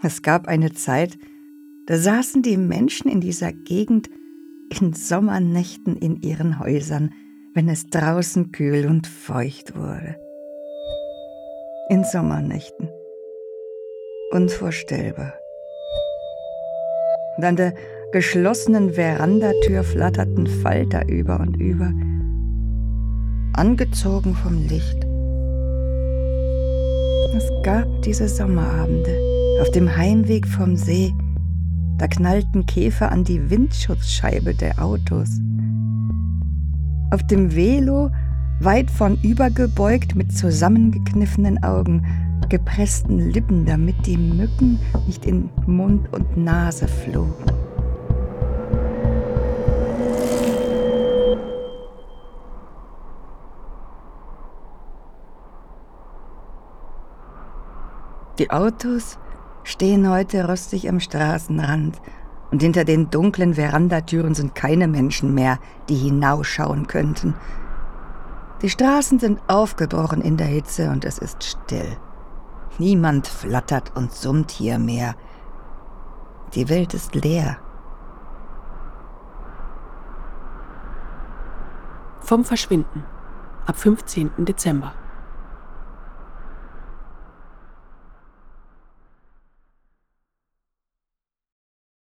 Es gab eine Zeit, da saßen die Menschen in dieser Gegend in Sommernächten in ihren Häusern, wenn es draußen kühl und feucht wurde. In Sommernächten. Unvorstellbar. Und an der geschlossenen Verandatür flatterten Falter über und über, angezogen vom Licht. Es gab diese Sommerabende auf dem Heimweg vom See. Da knallten Käfer an die Windschutzscheibe der Autos. Auf dem Velo, weit vornübergebeugt mit zusammengekniffenen Augen, gepressten Lippen, damit die Mücken nicht in Mund und Nase flogen. Die Autos stehen heute rostig am Straßenrand und hinter den dunklen Verandatüren sind keine Menschen mehr, die hinausschauen könnten. Die Straßen sind aufgebrochen in der Hitze und es ist still. Niemand flattert und summt hier mehr. Die Welt ist leer. Vom Verschwinden ab 15. Dezember.